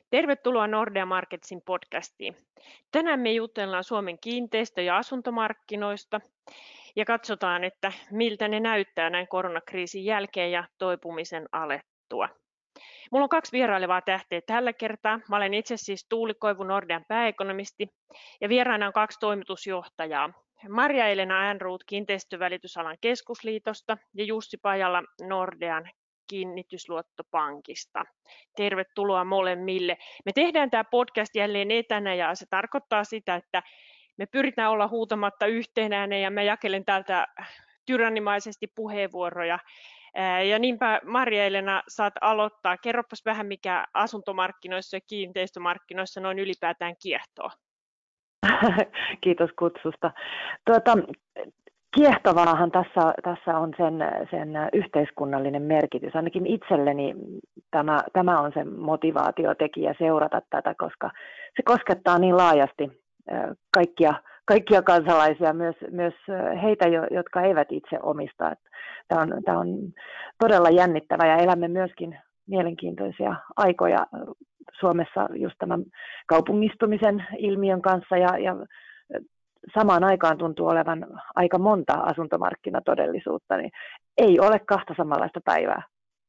Tervetuloa Nordea Marketsin podcastiin. Tänään me jutellaan Suomen kiinteistö- ja asuntomarkkinoista ja katsotaan, että miltä ne näyttää näin koronakriisin jälkeen ja toipumisen alettua. Mulla on 2 vierailevaa tähteä tällä kertaa. Mä olen itse siis Tuuli Koivu, Nordean pääekonomisti, ja vieraana on 2 toimitusjohtajaa. Marja-Elena Ehrnrooth Kiinteistövälitysalan keskusliitosta ja Jussi Pajala Nordean kiinnitysluottopankista. Tervetuloa molemmille. Me tehdään tämä podcast jälleen etänä ja se tarkoittaa sitä, että me pyritään olla huutamatta yhteen ääneen ja mä jakelen täältä tyrannimaisesti puheenvuoroja. Ja niinpä Marja-Elena saat aloittaa. Kerropas vähän mikä asuntomarkkinoissa ja kiinteistömarkkinoissa noin ylipäätään kiehtoo. Kiitos kutsusta. Kiehtovaahan tässä on sen yhteiskunnallinen merkitys. Ainakin itselleni tämä on se motivaatiotekijä seurata tätä, koska se koskettaa niin laajasti kaikkia kansalaisia, myös heitä, jotka eivät itse omista. Tämä on todella jännittävä ja elämme myöskin mielenkiintoisia aikoja Suomessa just tämän kaupungistumisen ilmiön kanssa ja samaan aikaan tuntuu olevan aika monta asuntomarkkinatodellisuutta, niin ei ole 2 samanlaista päivää.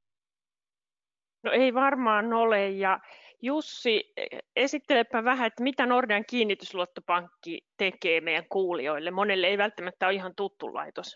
No ei varmaan ole. Ja Jussi, esittelepä vähän, että mitä Nordean kiinnitysluottopankki tekee meidän kuulijoille. Monelle ei välttämättä ole ihan tuttu laitos.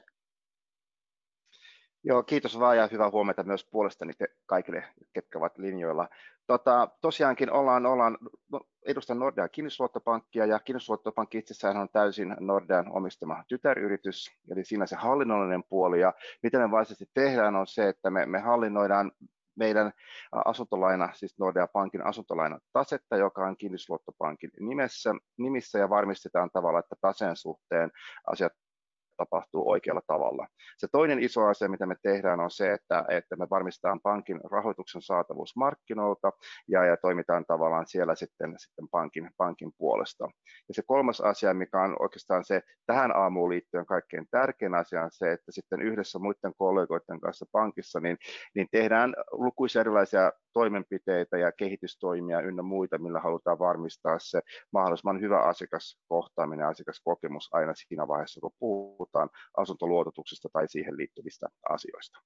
Joo, kiitos vaan ja hyvää huomenta myös puolestani kaikille, ketkä ovat linjoilla. Tosiaankin edustan Nordean kiinnitysluottopankkia ja kiinnitysluottopankki itsessään on täysin Nordean omistama tytäryritys, eli siinä se hallinnollinen puoli ja mitä me varsinaisesti tehdään on se, että me hallinnoidaan meidän asuntolaina, siis Nordea Pankin asuntolainan tasetta, joka on kiinnitysluottopankin nimissä ja varmistetaan tavalla, että taseen suhteen asiat tapahtuu oikealla tavalla. Se toinen iso asia, mitä me tehdään, on se, että me varmistetaan pankin rahoituksen saatavuus markkinoilta ja toimitaan tavallaan siellä sitten pankin puolesta. Ja se kolmas asia, mikä on oikeastaan se tähän aamuun liittyen kaikkein tärkein asia, on se, että sitten yhdessä muiden kollegoiden kanssa pankissa niin tehdään lukuisia erilaisia toimenpiteitä ja kehitystoimia ynnä muita, millä halutaan varmistaa se mahdollisimman hyvä asiakaskohtaaminen ja asiakaskokemus aina siinä vaiheessa, kun puhutaan asuntoluototuksesta tai siihen liittyvistä asioista.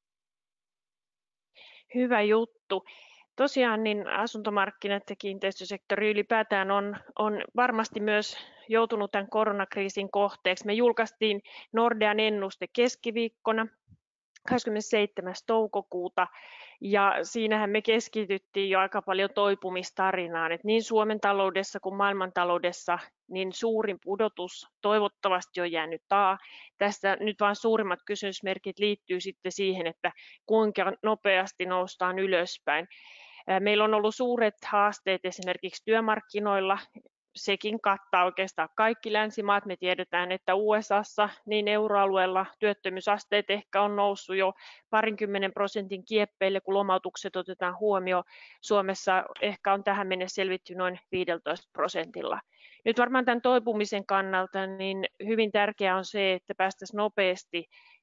Hyvä juttu. Tosiaan niin asuntomarkkinat ja kiinteistösektori ylipäätään on varmasti myös joutunut tämän koronakriisin kohteeksi. Me julkaistiin Nordean ennuste keskiviikkona 27. toukokuuta ja siinähän me keskityttiin jo aika paljon toipumistarinaan, että niin Suomen taloudessa kuin maailmantaloudessa niin suurin pudotus toivottavasti on jäänyt taa. Tässä nyt vain suurimmat kysymysmerkit liittyy sitten siihen, että kuinka nopeasti noustaan ylöspäin. Meillä on ollut suuret haasteet esimerkiksi työmarkkinoilla. Sekin kattaa oikeastaan kaikki länsimaat. Me tiedetään, että USAssa niin euroalueella työttömyysasteet ehkä on noussut jo 20% kieppeille, kun lomautukset otetaan huomioon. Suomessa ehkä on tähän mennessä selvitty noin 15%. Nyt varmaan tämän toipumisen kannalta niin hyvin tärkeää on se, että päästäisiin nopeasti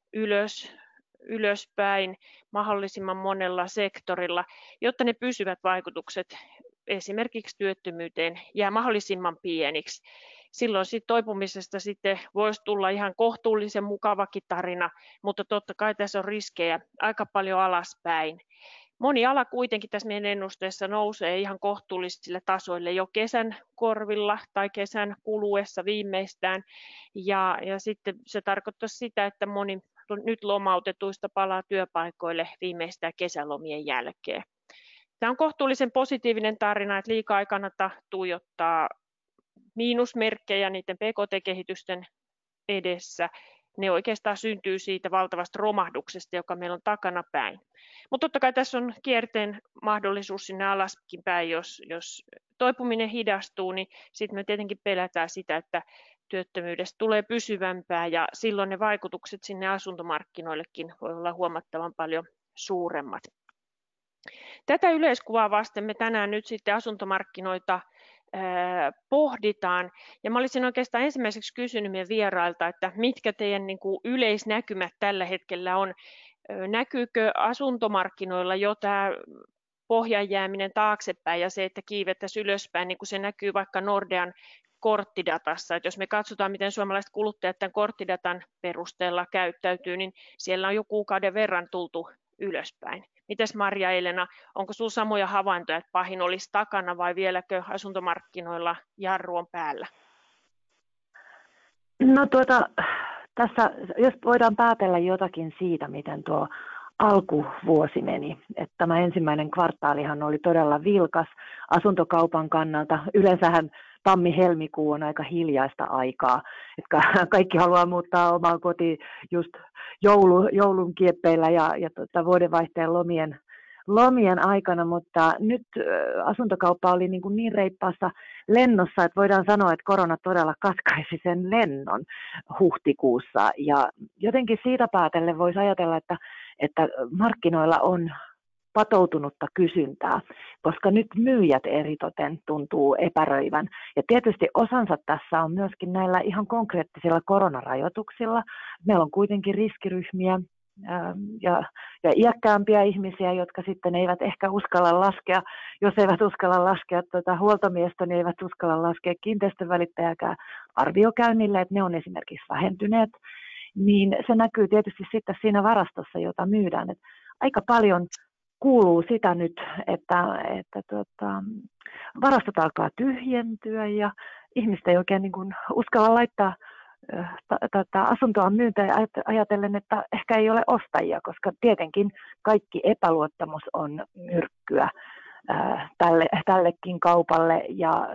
ylöspäin mahdollisimman monella sektorilla, jotta ne pysyvät vaikutukset esimerkiksi työttömyyteen jää mahdollisimman pieniksi. Silloin toipumisesta sitten voisi tulla ihan kohtuullisen mukavakin tarina, mutta totta kai tässä on riskejä aika paljon alaspäin. Moni ala kuitenkin tässä meidän ennusteessa nousee ihan kohtuullisille tasoille jo kesän korvilla tai kesän kuluessa viimeistään. Ja sitten se tarkoittaa sitä, että moni nyt lomautetuista palaa työpaikoille viimeistään kesälomien jälkeen. Tämä on kohtuullisen positiivinen tarina, että liikaa ei kannata tuijottaa miinusmerkkejä niiden PKT-kehitysten edessä. Ne oikeastaan syntyy siitä valtavasta romahduksesta, joka meillä on takana päin. Mutta totta kai tässä on kierteen mahdollisuus sinne alaskin päin, jos toipuminen hidastuu, niin sitten me tietenkin pelätään sitä, että työttömyydestä tulee pysyvämpää ja silloin ne vaikutukset sinne asuntomarkkinoillekin voi olla huomattavan paljon suuremmat. Tätä yleiskuvaa vasten me tänään nyt sitten asuntomarkkinoita pohditaan. Ja mä olisin oikeastaan ensimmäiseksi kysynyt meidän vierailta, että mitkä teidän niin kuin yleisnäkymät tällä hetkellä on. Näkyykö asuntomarkkinoilla jo tämä pohjan jääminen taaksepäin ja se, että kiivettäisiin ylöspäin, niin kuin se näkyy vaikka Nordean korttidatassa. Että jos me katsotaan, miten suomalaiset kuluttajat tämän korttidatan perusteella käyttäytyy, niin siellä on jo kuukauden verran tultu ylöspäin. Mites Marja-Elena, onko sinulla samoja havaintoja, että pahin olisi takana vai vieläkö asuntomarkkinoilla jarru on päällä? No tässä, jos voidaan päätellä jotakin siitä, miten tuo alkuvuosi meni, että tämä ensimmäinen kvartaalihan oli todella vilkas asuntokaupan kannalta. Yleensähän tammi-helmikuu on aika hiljaista aikaa, että kaikki haluaa muuttaa omaan kotiin just joulun kieppeillä ja vuodenvaihteen lomien aikana, mutta nyt asuntokauppa oli niin reippaassa lennossa, että voidaan sanoa, että korona todella katkaisi sen lennon huhtikuussa. Ja jotenkin siitä päätellen voisi ajatella, että markkinoilla on patoutunutta kysyntää, koska nyt myyjät eritoten tuntuu epäröivän. Ja tietysti osansa tässä on myöskin näillä ihan konkreettisilla koronarajoituksilla. Meillä on kuitenkin riskiryhmiä ja iäkkäämpiä ihmisiä, jotka sitten eivät ehkä uskalla laskea, jos eivät uskalla laskea huoltomiestä, niin eivät uskalla laskea kiinteistönvälittäjäkään arviokäynnille, että ne on esimerkiksi vähentyneet. Niin se näkyy tietysti sitten siinä varastossa, jota myydään. Että aika paljon kuuluu sitä nyt, että varastot alkaa tyhjentyä ja ihmiset ei oikein uskalla laittaa asuntoa myyntiin ajatellen, että ehkä ei ole ostajia, koska tietenkin kaikki epäluottamus on myrkkyä tällekin kaupalle ja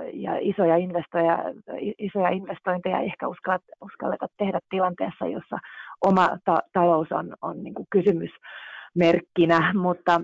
isoja investointeja ei ehkä uskalleta tehdä tilanteessa, jossa oma talous on kysymysmerkkinä, mutta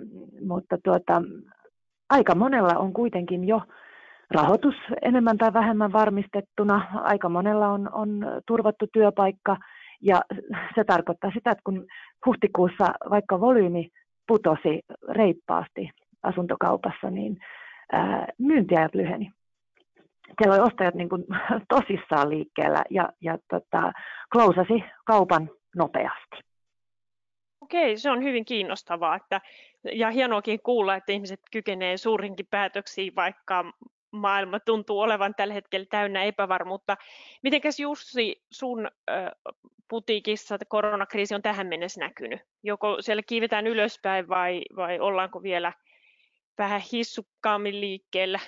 aika monella on kuitenkin jo rahoitus enemmän tai vähemmän varmistettuna, aika monella on turvattu työpaikka ja se tarkoittaa sitä, että kun huhtikuussa vaikka volyymi putosi reippaasti asuntokaupassa, niin myyntiajat lyheni. Siellä oli ostajat tosissaan liikkeellä ja klousasi kaupan nopeasti. Okei, se on hyvin kiinnostavaa ja hienoakin kuulla, että ihmiset kykenevät suurinkin päätöksiin, vaikka maailma tuntuu olevan tällä hetkellä täynnä epävarmuutta. Mitenkäs Jussi, sun putiikissa koronakriisi on tähän mennessä näkynyt? Joko siellä kiivetään ylöspäin vai ollaanko vielä vähän hissukkaammin liikkeellä?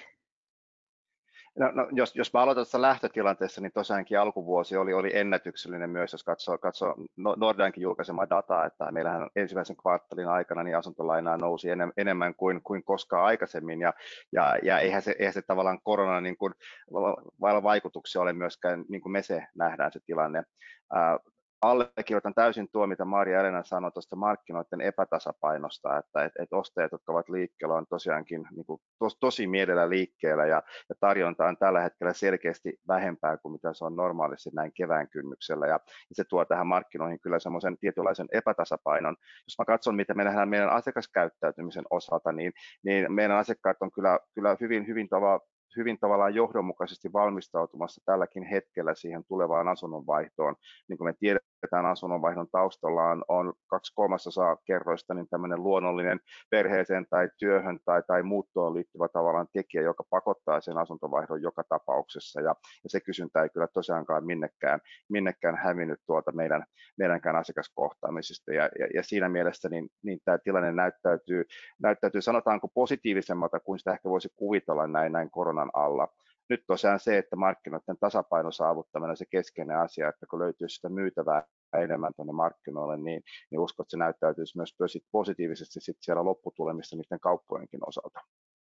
No, jos mä aloitan tässä lähtötilanteessa, niin tosiaankin alkuvuosi oli ennätyksellinen myös, jos katsoo Nordeankin julkaisemaa dataa, että meillähän ensimmäisen kvartaalin aikana niin asuntolainaa nousi enemmän kuin koskaan aikaisemmin, ja eihän se tavallaan korona vailla vaikutuksia ole myöskään, niin kuin me se nähdään se tilanne. Allekirjoitan täysin tuo, mitä Marja-Elena sanoi tuosta markkinoiden epätasapainosta, että ostajat, jotka ovat liikkeellä, on tosiaankin tosi mielellä liikkeellä ja tarjonta on tällä hetkellä selkeästi vähempää kuin mitä se on normaalisti näin kevään kynnyksellä ja se tuo tähän markkinoihin kyllä semmoisen tietynlaisen epätasapainon. Jos mä katson, mitä me nähdään meidän asiakaskäyttäytymisen osalta, niin meidän asiakkaat on kyllä hyvin tavallaan johdonmukaisesti valmistautumassa tälläkin hetkellä siihen tulevaan asunnonvaihtoon. Niin kuin me tiedetään, asunnonvaihdon taustalla on 2/3 kerroista niin tämmöinen luonnollinen perheeseen tai työhön tai muuttoon liittyvä tavallaan tekijä, joka pakottaa sen asuntovaihdon joka tapauksessa. Ja se kysyntä ei kyllä tosiaankaan minnekään hävinnyt tuolta meidänkään asiakaskohtaamisista. Ja siinä mielessä niin tämä tilanne näyttäytyy sanotaanko positiivisemmalta kuin sitä ehkä voisi kuvitella näin koronan alla. Nyt tosiaan se, että markkinoiden tasapainon saavuttaminen on se keskeinen asia, että kun löytyy sitä myytävää enemmän tuonne markkinoille, niin uskon, että se näyttäytyisi myös positiivisesti sit siellä lopputulemissa niiden kauppojenkin osalta.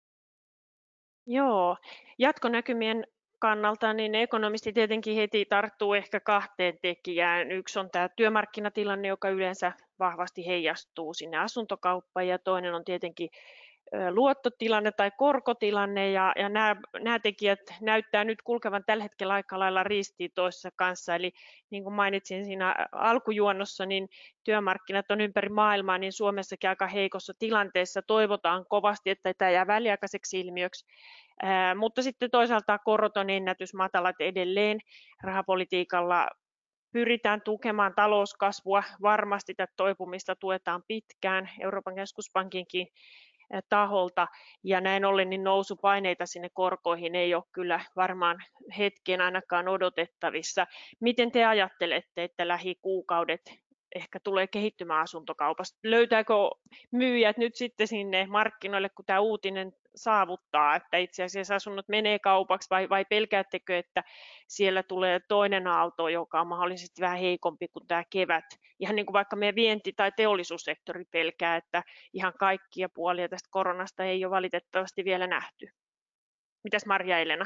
Joo, jatkonäkymien kannalta niin ekonomisti tietenkin heti tarttuu ehkä kahteen tekijään. Yksi on tämä työmarkkinatilanne, joka yleensä vahvasti heijastuu sinne asuntokauppaan, ja toinen on tietenkin luottotilanne tai korkotilanne, ja nämä tekijät näyttää nyt kulkevan tällä hetkellä aika lailla ristiin toisessa kanssa. Eli niin kuin mainitsin siinä alkujuonnossa, niin työmarkkinat on ympäri maailmaa, niin Suomessakin aika heikossa tilanteessa. Toivotaan kovasti, että tämä jää väliaikaiseksi ilmiöksi. Mutta sitten toisaalta korot on ennätysmatalat edelleen. Rahapolitiikalla pyritään tukemaan talouskasvua. Varmasti tätä toipumista tuetaan pitkään. Euroopan keskuspankinkin taholta, ja näin ollen niin nousupaineita sinne korkoihin ei ole kyllä varmaan hetken ainakaan odotettavissa. Miten te ajattelette, että lähikuukaudet ehkä tulee kehittymään asuntokaupasta? Löytääkö myyjät nyt sitten sinne markkinoille, kun tämä uutinen saavuttaa, että itse asiassa asunnot menee kaupaksi, vai pelkäättekö, että siellä tulee toinen aalto, joka on mahdollisesti vähän heikompi kuin tämä kevät? Ihan niin kuin vaikka meidän vienti- tai teollisuussektori pelkää, että ihan kaikkia puolia tästä koronasta ei ole valitettavasti vielä nähty. Mitäs Marja-Elena?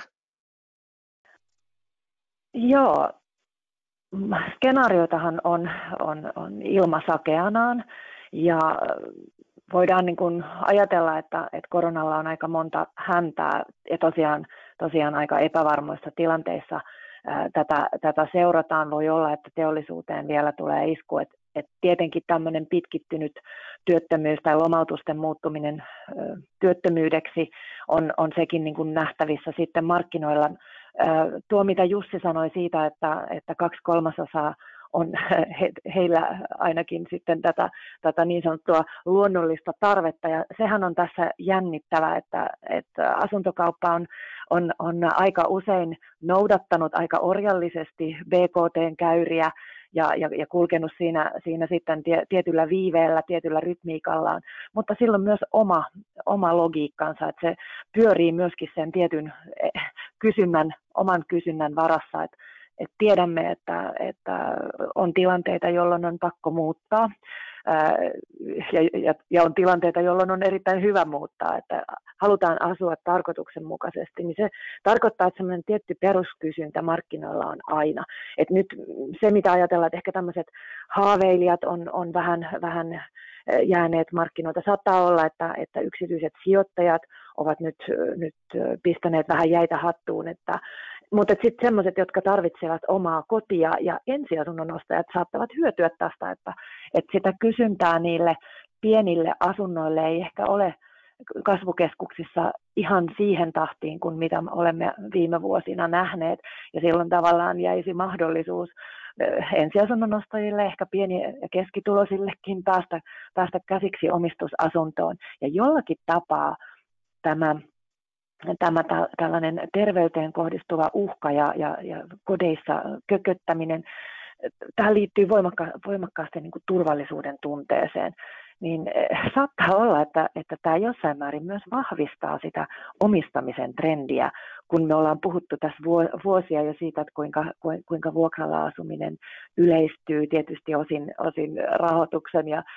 Joo, skenaarioitahan on ilmasakeanaan ja voidaan niin kuin ajatella, että koronalla on aika monta häntää ja tosiaan aika epävarmoissa tilanteissa tätä seurataan. Voi olla, että teollisuuteen vielä tulee isku, että tietenkin tämmöinen pitkittynyt työttömyys tai lomautusten muuttuminen työttömyydeksi on sekin niin kuin nähtävissä sitten markkinoilla. Tuo, mitä Jussi sanoi siitä, että 2/3 on heillä ainakin sitten tätä niin sanottua luonnollista tarvetta, ja sehän on tässä jännittävä, että asuntokauppa on aika usein noudattanut aika orjallisesti BKT-käyriä ja kulkenut siinä sitten tietyllä viiveellä, tietyllä rytmiikallaan, mutta sillä on myös oma logiikkansa, että se pyörii myöskin sen tietyn oman kysynnän varassa, että tiedämme, että on tilanteita, jolloin on pakko muuttaa ja on tilanteita, jolloin on erittäin hyvä muuttaa, että halutaan asua tarkoituksenmukaisesti, niin se tarkoittaa, että sellainen tietty peruskysyntä markkinoilla on aina. Et nyt se, mitä ajatellaan, että ehkä tämmöiset haaveilijat on vähän jääneet markkinoilta. Saattaa olla, että yksityiset sijoittajat ovat nyt pistäneet vähän jäitä hattuun, mutta sitten sellaiset, jotka tarvitsevat omaa kotia ja ensiasunnon ostajat saattavat hyötyä tästä, että sitä kysyntää niille pienille asunnoille ei ehkä ole kasvukeskuksissa ihan siihen tahtiin kuin mitä olemme viime vuosina nähneet. Ja silloin tavallaan jäisi mahdollisuus ensiasunnon ostajille, ehkä pieni- ja keskituloisillekin päästä käsiksi omistusasuntoon. Ja jollakin tapaa tämä tällainen terveyteen kohdistuva uhka ja kodeissa kököttäminen, tähän liittyy voimakkaasti niin kuin turvallisuuden tunteeseen, niin saattaa olla, että tämä jossain määrin myös vahvistaa sitä omistamisen trendiä, kun me ollaan puhuttu tässä vuosia jo siitä, että kuinka vuokralla asuminen yleistyy tietysti osin rahoituksen ja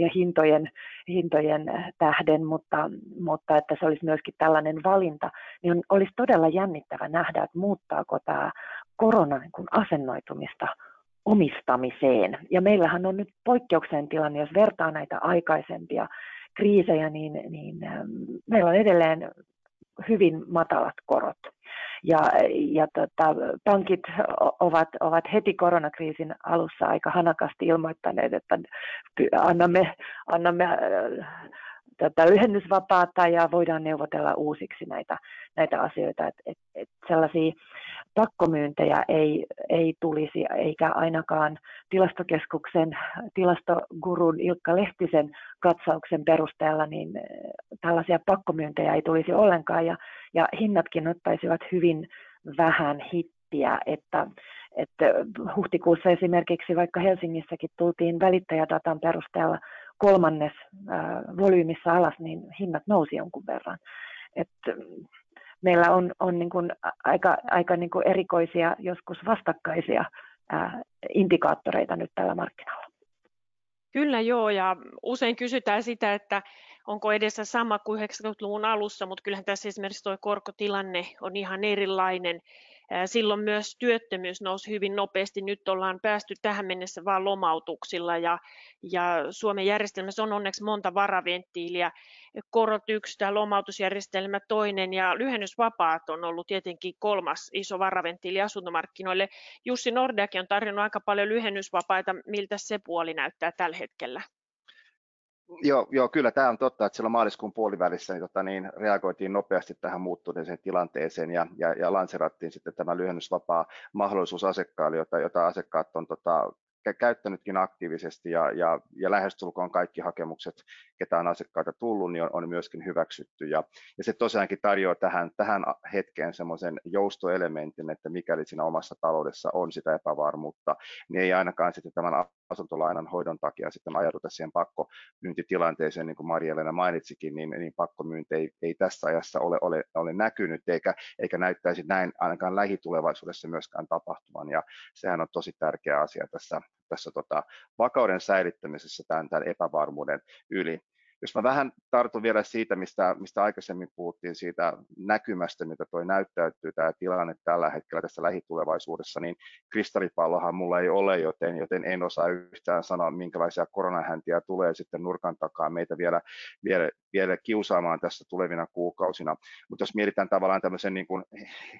hintojen tähden, mutta että se olisi myöskin tällainen valinta, niin olisi todella jännittävä nähdä, että muuttaako tämä korona niin kuin asennoitumista omistamiseen. Ja meillähän on nyt poikkeuksellinen tilanne, jos vertaa näitä aikaisempia kriisejä, niin meillä on edelleen hyvin matalat korot. Ja pankit ovat heti koronakriisin alussa aika hanakasti ilmoittaneet, että annamme tätä lyhennysvapaata ja voidaan neuvotella uusiksi näitä asioita, että sellaisia pakkomyyntejä ei tulisi, eikä ainakaan Tilastokeskuksen tilastogurun Ilkka Lehtisen katsauksen perusteella, niin tällaisia pakkomyyntejä ei tulisi ollenkaan, ja hinnatkin ottaisivat hyvin vähän hittiä, että huhtikuussa esimerkiksi vaikka Helsingissäkin tultiin välittäjädatan perusteella 1/3 volyymissa alas, niin hinnat nousi jonkun verran. Meillä on niin kuin aika niin kuin erikoisia, joskus vastakkaisia indikaattoreita nyt tällä markkinalla. Kyllä joo, ja usein kysytään sitä, että onko edessä sama kuin 90-luvun alussa, mutta kyllähän tässä esimerkiksi tuo korkotilanne on ihan erilainen. Silloin myös työttömyys nousi hyvin nopeasti. Nyt ollaan päästy tähän mennessä vain lomautuksilla ja Suomen järjestelmässä on onneksi monta varaventtiiliä. Korot yksi, tämä lomautusjärjestelmä toinen ja lyhennysvapaat on ollut tietenkin kolmas iso varaventtiili asuntomarkkinoille. Jussi Nordeakin on tarjonnut aika paljon lyhennysvapaita. Miltä se puoli näyttää tällä hetkellä? Joo, kyllä tämä on totta, että silloin maaliskuun puolivälissä niin reagoitiin nopeasti tähän muuttuneeseen tilanteeseen ja lanserattiin sitten tämä lyhennysvapaa mahdollisuus asiakkaille, jota asiakkaat on käyttänytkin aktiivisesti ja lähestulkoon kaikki hakemukset, ketä on asiakkaita tullut, niin on myöskin hyväksytty. Ja se tosiaankin tarjoaa tähän hetkeen semmoisen joustoelementin, että mikäli siinä omassa taloudessa on sitä epävarmuutta, niin ei ainakaan sitten tämän asuntolainan hoidon takia sitten ajauduta siihen pakkomyyntitilanteeseen, niin kuin Maria-Leena mainitsikin, niin pakkomyynti ei tässä ajassa ole näkynyt, eikä näyttäisi näin ainakaan lähitulevaisuudessa myöskään tapahtuvan, ja sehän on tosi tärkeä asia tässä vakauden säilyttämisessä tämän epävarmuuden yli. Jos mä vähän tartun vielä siitä, mistä aikaisemmin puhuttiin, siitä näkymästä, mitä toi näyttäytyy, tämä tilanne tällä hetkellä tässä lähitulevaisuudessa, niin kristallipallohan mulla ei ole, joten en osaa yhtään sanoa, minkälaisia koronahäntiä tulee sitten nurkan takaa meitä vielä kiusaamaan tässä tulevina kuukausina. Mutta jos mietitään tavallaan tämmöisen niin kuin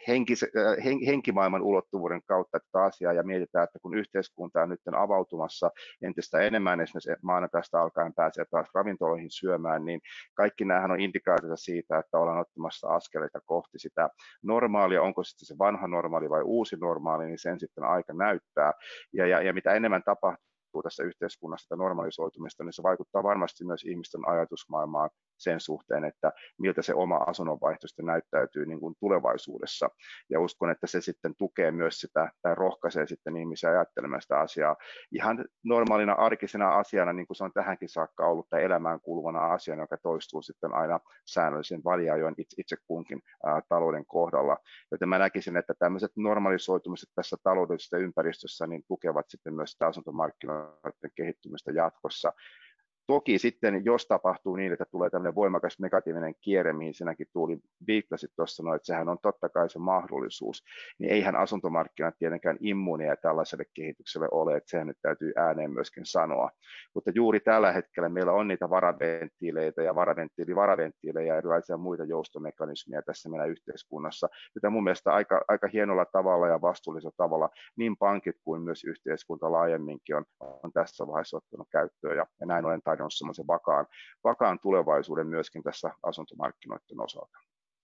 henkimaailman ulottuvuuden kautta tätä asiaa ja mietitään, että kun yhteiskunta on nyt avautumassa entistä enemmän, esimerkiksi maanantaista alkaen pääsee taas ravintoloihin syömään, niin kaikki nämähän on indikaatioita siitä, että ollaan ottamassa askeleita kohti sitä normaalia, onko sitten se vanha normaali vai uusi normaali, niin sen sitten aika näyttää. Ja mitä enemmän tapahtuu tässä yhteiskunnassa sitä normalisoitumista, niin se vaikuttaa varmasti myös ihmisten ajatusmaailmaan sen suhteen, että miltä se oma asunnonvaihto sitten näyttäytyy niin kuin tulevaisuudessa. Ja uskon, että se sitten tukee myös sitä, tai rohkaisee sitten ihmisiä ajattelemaan sitä asiaa ihan normaalina arkisena asiana, niin kuin se on tähänkin saakka ollut, tai elämään kuuluvana asiana, joka toistuu sitten aina säännöllisen väliajoin itse kunkin talouden kohdalla. Joten mä näkisin, että tämmöiset normalisoitumiset tässä taloudellisessa ympäristössä niin tukevat sitten myös sitä asuntomarkkinoiden kehittymistä jatkossa. Toki sitten, jos tapahtuu niin, että tulee tämmöinen voimakas negatiivinen kierre, mihin sinäkin Tuuli viittasit tuossa, että sehän on totta kai se mahdollisuus, niin eihän asuntomarkkinat tietenkään immuuneja tällaiselle kehitykselle ole, että sehän nyt täytyy ääneen myöskin sanoa. Mutta juuri tällä hetkellä meillä on niitä varaventtiileitä ja varaventtiilejä ja erilaisia muita joustomekanismeja tässä meidän yhteiskunnassa, joita mun mielestä aika hienolla tavalla ja vastuullisella tavalla niin pankit kuin myös yhteiskunta laajemminkin on tässä vaiheessa ottanut käyttöön, ja näin olen tarjonnut semmoisen vakaan tulevaisuuden myöskin tässä asuntomarkkinoiden osalta.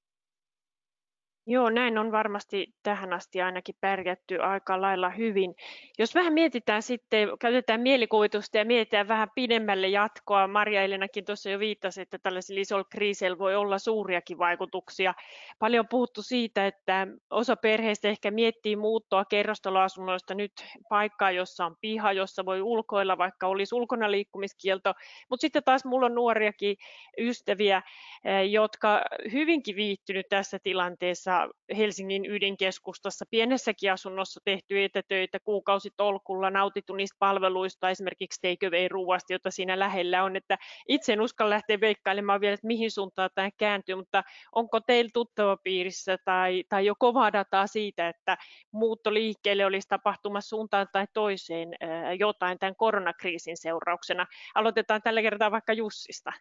Joo, näin on varmasti tähän asti ainakin pärjätty aika lailla hyvin. Jos vähän mietitään sitten, käytetään mielikuvitusta ja mietitään vähän pidemmälle jatkoa. Maria-Elenakin tuossa jo viittasi, että tällaisilla isoilla kriiseillä voi olla suuriakin vaikutuksia. Paljon on puhuttu siitä, että osa perheistä ehkä miettii muuttoa kerrostaloasunnoista nyt paikkaa, jossa on piha, jossa voi ulkoilla, vaikka olisi ulkona liikkumiskielto. Mutta sitten taas mulla on nuoriakin ystäviä, jotka hyvinkin viihtynyt tässä tilanteessa Helsingin ydinkeskustassa pienessäkin asunnossa tehty etätöitä kuukausitolkulla, nautittu niistä palveluista, esimerkiksi take away-ruuasta, jota siinä lähellä on. Että itse en uskalla lähteä veikkailemaan vielä, että mihin suuntaan tämä kääntyy, mutta onko teillä tuttavapiirissä tai jo kovaa dataa siitä, että muuttoliikkeelle olisi tapahtumassa suuntaan tai toiseen jotain tämän koronakriisin seurauksena? Aloitetaan tällä kertaa vaikka Jussista.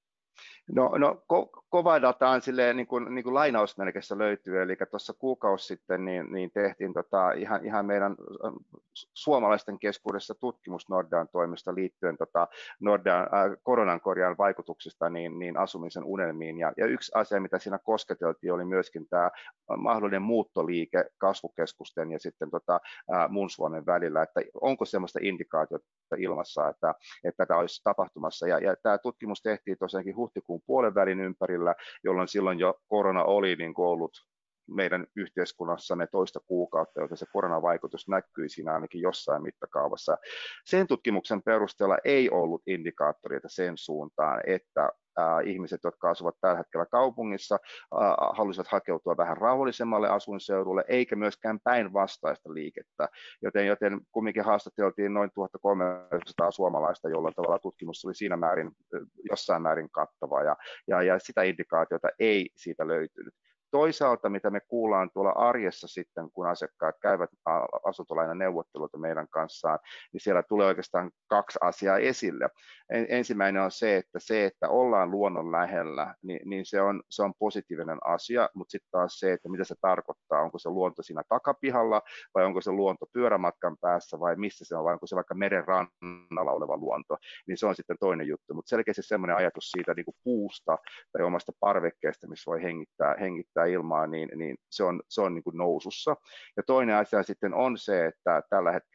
No kova dataan silleen niin kuin lainausmerkissä löytyy, eli tuossa kuukausi sitten niin tehtiin ihan meidän suomalaisten keskuudessa tutkimus Nordean toimesta liittyen Nordean koronan korjaan vaikutuksista niin asumisen unelmiin, ja yksi asia, mitä siinä kosketeltiin, oli myöskin tämä mahdollinen muuttoliike kasvukeskusten ja sitten muun Suomen välillä, että onko sellaista indikaatiota ilmassa, että tämä olisi tapahtumassa, ja tämä tutkimus tehtiin tosiaankin huhtikuun puolen välin ympärillä, jolloin silloin jo korona oli niin kuin ollut meidän yhteiskunnassamme toista kuukautta, joten se koronavaikutus näkyi siinä ainakin jossain mittakaavassa. Sen tutkimuksen perusteella ei ollut indikaattoreita sen suuntaan, että ihmiset, jotka asuvat tällä hetkellä kaupungissa, haluaisivat hakeutua vähän rauhallisemmalle asuinseudulle, eikä myöskään päinvastaista liikettä. Joten kumminkin haastateltiin noin 1300 suomalaista, jolloin tavallaan tutkimus oli siinä määrin, jossain määrin kattava, ja sitä indikaatiota ei siitä löytynyt. Toisaalta, mitä me kuullaan tuolla arjessa sitten, kun asiakkaat käyvät asuntolainaneuvotteluita meidän kanssaan, niin siellä tulee oikeastaan kaksi asiaa esille. Ensimmäinen on se, että ollaan luonnon lähellä, niin se on positiivinen asia, mutta sitten taas se, että mitä se tarkoittaa, onko se luonto siinä takapihalla, vai onko se luonto pyörämatkan päässä, vai missä se on, vai onko se vaikka meren rannalla oleva luonto, niin se on sitten toinen juttu. Mutta selkeästi semmoinen ajatus siitä niin kuin puusta tai omasta parvekkeesta, missä voi hengittää ilmaa, niin se on niin kuin nousussa. Ja toinen asia sitten on se, että tällä hetkellä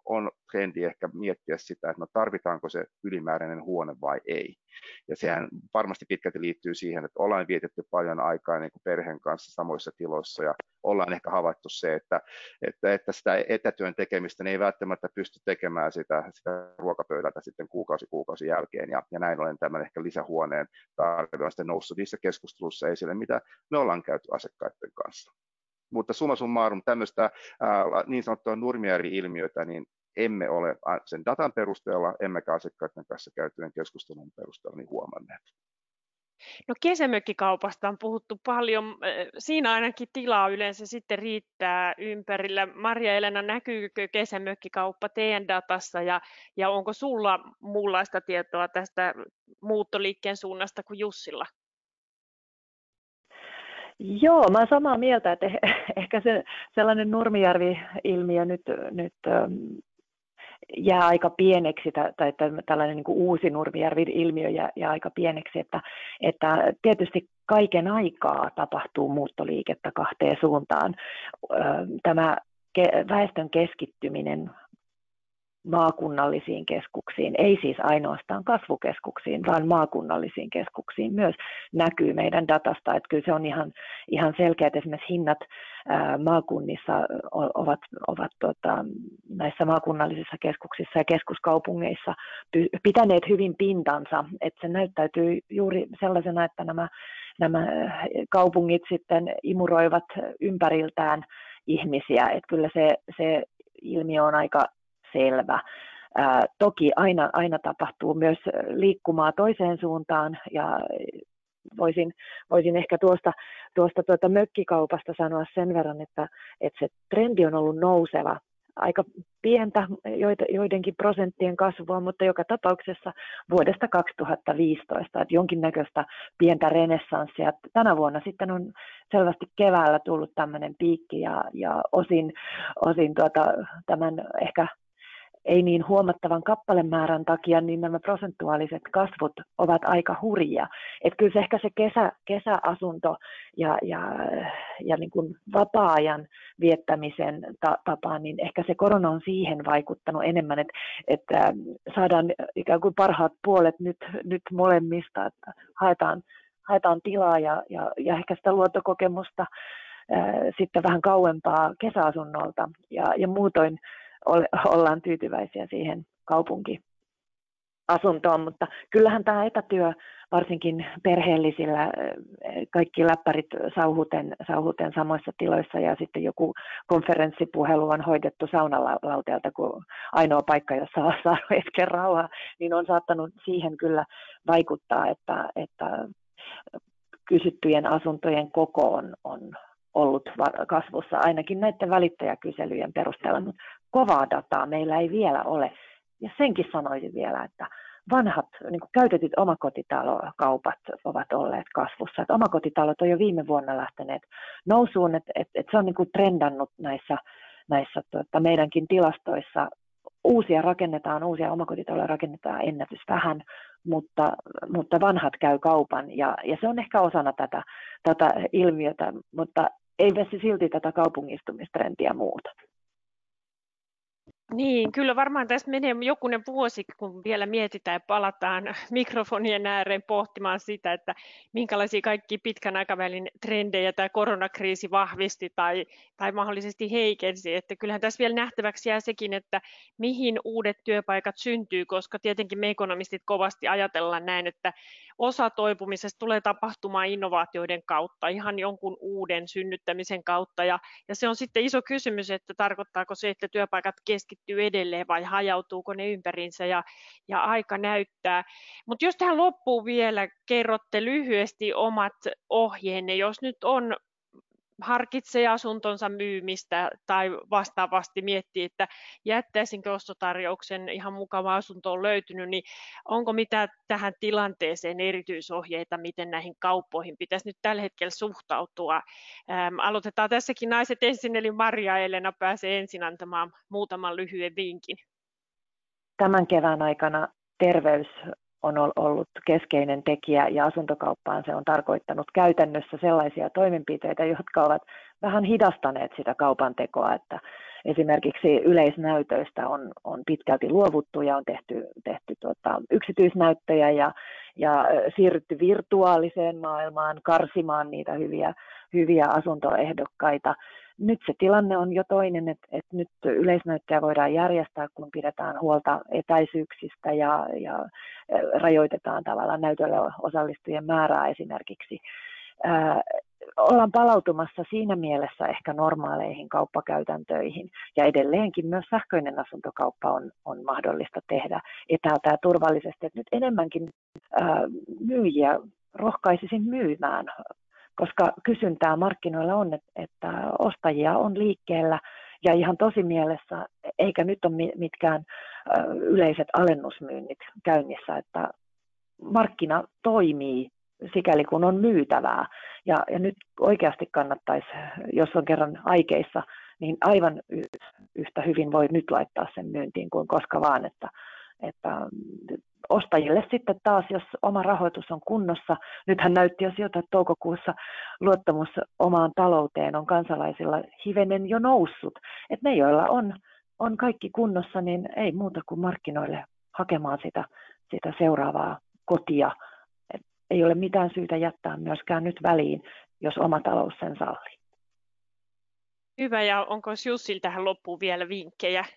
on trendi ehkä miettiä sitä, että no tarvitaanko se ylimääräinen huone vai ei. Ja sehän varmasti pitkälti liittyy siihen, että ollaan vietetty paljon aikaa niin kuin perheen kanssa samoissa tiloissa ja ollaan ehkä havaittu se, että sitä etätyön tekemistä ne ei välttämättä pysty tekemään sitä ruokapöydältä sitten kuukausi jälkeen ja näin ollen tämän ehkä lisähuoneen tarve on sitten noussut niissä keskusteluissa esille, mitä me ollaan käyty asiakkaiden kanssa. Mutta summa summarum tämmöistä niin sanottua Nurmijärvi-ilmiötä, niin emme ole sen datan perusteella, emmekä asiakkaiden kanssa käytyjen keskustelun perusteella niin huomanneet. No kesämökkikaupasta on puhuttu paljon. Siinä ainakin tilaa yleensä sitten riittää ympärillä. Maria-Elena, näkyykö kesämökkikauppa teidän datassa ja onko sulla muunlaista tietoa tästä muuttoliikkeen suunnasta kuin Jussilla? Joo, mä olen samaa mieltä, että ehkä se sellainen Nurmijärvi-ilmiö nyt jää aika pieneksi, tai tällainen niin kuin uusi Nurmijärvi-ilmiö jää aika pieneksi, että tietysti kaiken aikaa tapahtuu muuttoliikettä kahteen suuntaan. Tämä väestön keskittyminen maakunnallisiin keskuksiin, ei siis ainoastaan kasvukeskuksiin, vaan maakunnallisiin keskuksiin myös näkyy meidän datasta, että kyllä se on ihan selkeä, että esimerkiksi hinnat maakunnissa ovat näissä maakunnallisissa keskuksissa ja keskuskaupungeissa pitäneet hyvin pintansa, että se näyttäytyy juuri sellaisena, että nämä kaupungit sitten imuroivat ympäriltään ihmisiä, että kyllä se ilmiö on aika selvä. Toki aina tapahtuu myös liikkumaa toiseen suuntaan ja voisin ehkä tuosta mökkikaupasta sanoa sen verran, että se trendi on ollut nouseva. Aika pientä joidenkin prosenttien kasvua, mutta joka tapauksessa vuodesta 2015, että jonkinnäköistä pientä renessanssia. Tänä vuonna sitten on selvästi keväällä tullut tämmöinen piikki ja osin tämän ehkä ei niin huomattavan kappalemäärän takia, niin nämä prosentuaaliset kasvut ovat aika hurjia. Että kyllä se ehkä se kesäasunto ja niin kuin vapaa-ajan viettämisen tapa, niin ehkä se korona on siihen vaikuttanut enemmän, että saadaan ikään kuin parhaat puolet nyt molemmista, että haetaan tilaa ja ehkä sitä luontokokemusta sitten vähän kauempaa kesäasunnolta ja muutoin ollaan tyytyväisiä siihen kaupunkiasuntoon, mutta kyllähän tämä etätyö varsinkin perheellisillä, kaikki läppärit sauhuten samoissa tiloissa ja sitten joku konferenssipuhelu on hoidettu saunalauteelta kuin ainoa paikka, jossa on saanut hetken rauhaa, niin on saattanut siihen kyllä vaikuttaa, että kysyttyjen asuntojen koko on ollut kasvussa ainakin näiden välittäjäkyselyjen perusteella, mutta kovaa dataa meillä ei vielä ole. Ja senkin sanoisin vielä, että vanhat niin kuin käytetyt omakotitalokaupat ovat olleet kasvussa. Että omakotitalot on jo viime vuonna lähteneet nousuun, että se on niin kuin trendannut näissä meidänkin tilastoissa. Uusia omakotitaloja rakennetaan ennätys vähän, mutta vanhat käy kaupan ja se on ehkä osana tätä ilmiötä, mutta ei se silti tätä kaupungistumistrendiä muuta. Niin, kyllä varmaan tässä menee jokunen vuosi, kun vielä mietitään ja palataan mikrofonien ääreen pohtimaan sitä, että minkälaisia kaikki pitkän aikavälin trendejä tämä koronakriisi vahvisti tai mahdollisesti heikensi. Että kyllähän tässä vielä nähtäväksi jää sekin, että mihin uudet työpaikat syntyy, koska tietenkin me ekonomistit kovasti ajatellaan näin, että osa toipumisesta tulee tapahtumaan innovaatioiden kautta, ihan jonkun uuden synnyttämisen kautta. Ja se on sitten iso kysymys, että tarkoittaako se, että työpaikat keskittyy edelleen vai hajautuuko ne ympäriinsä ja aika näyttää. Mutta jos tähän loppuun vielä kerrotte lyhyesti omat ohjeenne, jos nyt harkitsee asuntonsa myymistä tai vastaavasti miettii, että jättäisinkö ostotarjouksen, ihan mukava asunto on löytynyt, niin onko mitä tähän tilanteeseen erityisohjeita, miten näihin kauppoihin pitäisi nyt tällä hetkellä suhtautua? Aloitetaan tässäkin naiset ensin, eli Maria-Elena pääsee ensin antamaan muutaman lyhyen vinkin. Tämän kevään aikana terveys on ollut keskeinen tekijä ja asuntokauppaan se on tarkoittanut käytännössä sellaisia toimenpiteitä, jotka ovat vähän hidastaneet sitä kaupan tekoa, että esimerkiksi yleisnäytöistä on pitkälti luovuttu ja on tehty yksityisnäyttöjä ja siirrytty virtuaaliseen maailmaan karsimaan niitä hyviä asuntoehdokkaita. Nyt se tilanne on jo toinen, että nyt yleisnäyttöjä voidaan järjestää, kun pidetään huolta etäisyyksistä ja rajoitetaan tavallaan näytölle osallistujien määrää esimerkiksi. Ollaan palautumassa siinä mielessä ehkä normaaleihin kauppakäytäntöihin ja edelleenkin myös sähköinen asuntokauppa on mahdollista tehdä etäältä ja turvallisesti. Että nyt enemmänkin myyjiä rohkaisisin myymään, koska kysyntää markkinoilla on, että ostajia on liikkeellä ja ihan tosimielessä, eikä nyt ole mitkään yleiset alennusmyynnit käynnissä, että markkina toimii sikäli kun on myytävää. Ja nyt oikeasti kannattaisi, jos on kerran aikeissa, niin aivan yhtä hyvin voi nyt laittaa sen myyntiin kuin koska vaan, että ostajille sitten taas, jos oma rahoitus on kunnossa, nythän näytti jo siltä, että toukokuussa luottamus omaan talouteen on kansalaisilla hivenen jo noussut. Että ne, joilla on kaikki kunnossa, niin ei muuta kuin markkinoille hakemaan sitä seuraavaa kotia. Et ei ole mitään syytä jättää myöskään nyt väliin, jos oma talous sen sallii. Hyvä, ja onko Jussil tähän loppuun vielä vinkkejä?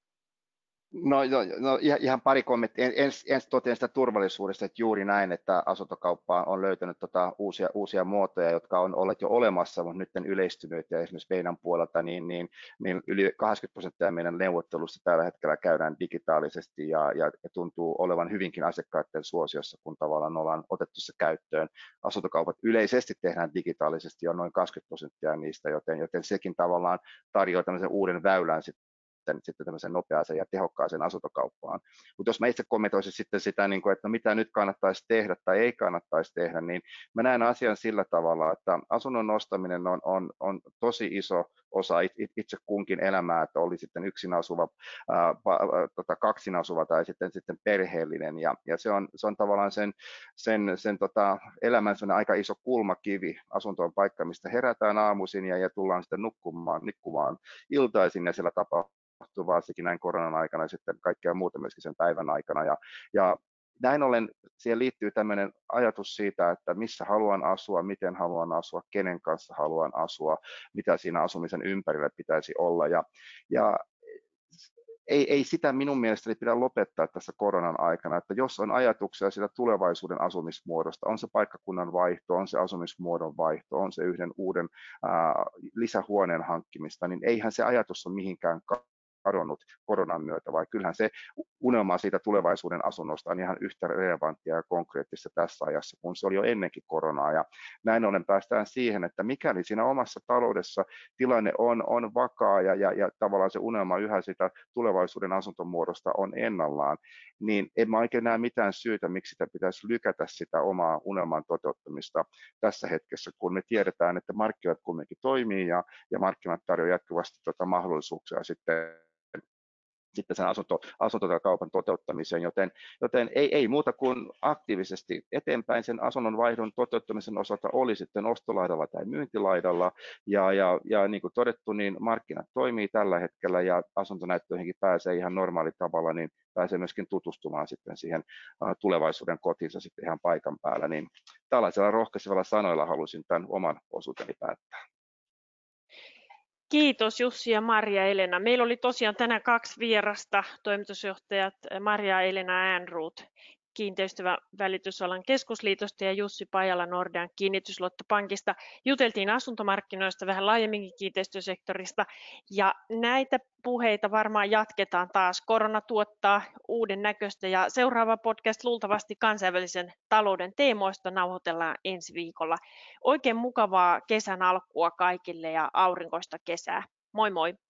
No ihan pari kommenttia. Ensin totean sitä turvallisuudesta, että juuri näin, että asuntokauppa on löytänyt uusia muotoja, jotka on olleet jo olemassa, mutta nyt yleistynyt, ja esimerkiksi meidän puolelta niin yli 80% meidän neuvottelusta tällä hetkellä käydään digitaalisesti ja tuntuu olevan hyvinkin asiakkaiden suosiossa, kun tavallaan ollaan otettu se käyttöön. Asuntokaupat yleisesti tehdään digitaalisesti jo noin 20% niistä, joten sekin tavallaan tarjoaa tämmöisen uuden väylän sitten tämmöisen nopeaseen ja tehokkaaseen asuntokauppaan. Mutta jos mä itse kommentoisin sitten sitä, että mitä nyt kannattaisi tehdä tai ei kannattaisi tehdä, niin mä näen asian sillä tavalla, että asunnon ostaminen on tosi iso osa itse kunkin elämää, että oli sitten yksin asuva, kaksin asuva tai sitten perheellinen. Ja se on tavallaan sen elämän aika iso kulmakivi. Asunto on paikka, mistä herätään aamuisin ja tullaan sitten nukkumaan iltaisin ja sillä tapaa varsinkin näin koronan aikana ja sitten kaikkea muuta myöskin sen päivän aikana. Ja näin ollen siihen liittyy tämmöinen ajatus siitä, että missä haluan asua, miten haluan asua, kenen kanssa haluan asua, mitä siinä asumisen ympärillä pitäisi olla. Ja ei sitä minun mielestäni pidä lopettaa tässä koronan aikana, että jos on ajatuksia siitä tulevaisuuden asumismuodosta, on se paikkakunnan vaihto, on se asumismuodon vaihto, on se yhden uuden lisähuoneen hankkimista, niin eihän se ajatus ole mihinkään kadonnut koronan myötä, vai kyllähän se unelma siitä tulevaisuuden asunnosta on ihan yhtä relevanttia ja konkreettista tässä ajassa, kun se oli jo ennenkin koronaa. Ja näin ollen päästään siihen, että mikäli siinä omassa taloudessa tilanne on vakaa ja tavallaan se unelma yhä sitä tulevaisuuden asuntomuodosta on ennallaan, niin en mä oikein näe mitään syytä, miksi sitä pitäisi lykätä sitä omaa unelman toteuttamista tässä hetkessä, kun me tiedetään, että markkinat kumminkin toimii ja markkinat tarjoavat jatkuvasti mahdollisuuksia sitten sen asuntokaupan toteuttamiseen, joten ei muuta kuin aktiivisesti eteenpäin sen asunnon vaihdon toteuttamisen osalta oli sitten ostolaidalla tai myyntilaidalla, ja niin kuin todettu, niin markkinat toimii tällä hetkellä ja asuntonäyttöihinkin pääsee ihan normaali tavalla, niin pääsee myöskin tutustumaan sitten siihen tulevaisuuden kotiinsa sitten ihan paikan päällä, niin tällaisella rohkaisevalla sanoilla halusin tämän oman osuuteni päättää. Kiitos Jussi ja Marja-Elena. Meillä oli tosiaan tänään 2 vierasta, toimitusjohtajat Marja-Elena Ehrnrooth Kiinteistövälitysalan keskusliitosta ja Jussi Pajala Nordean kiinnitysluottopankista. Juteltiin asuntomarkkinoista, vähän laajemminkin kiinteistösektorista, ja näitä puheita varmaan jatketaan taas. Korona tuottaa uuden näköistä, ja seuraava podcast luultavasti kansainvälisen talouden teemoista nauhoitellaan ensi viikolla. Oikein mukavaa kesän alkua kaikille ja aurinkoista kesää. Moi moi!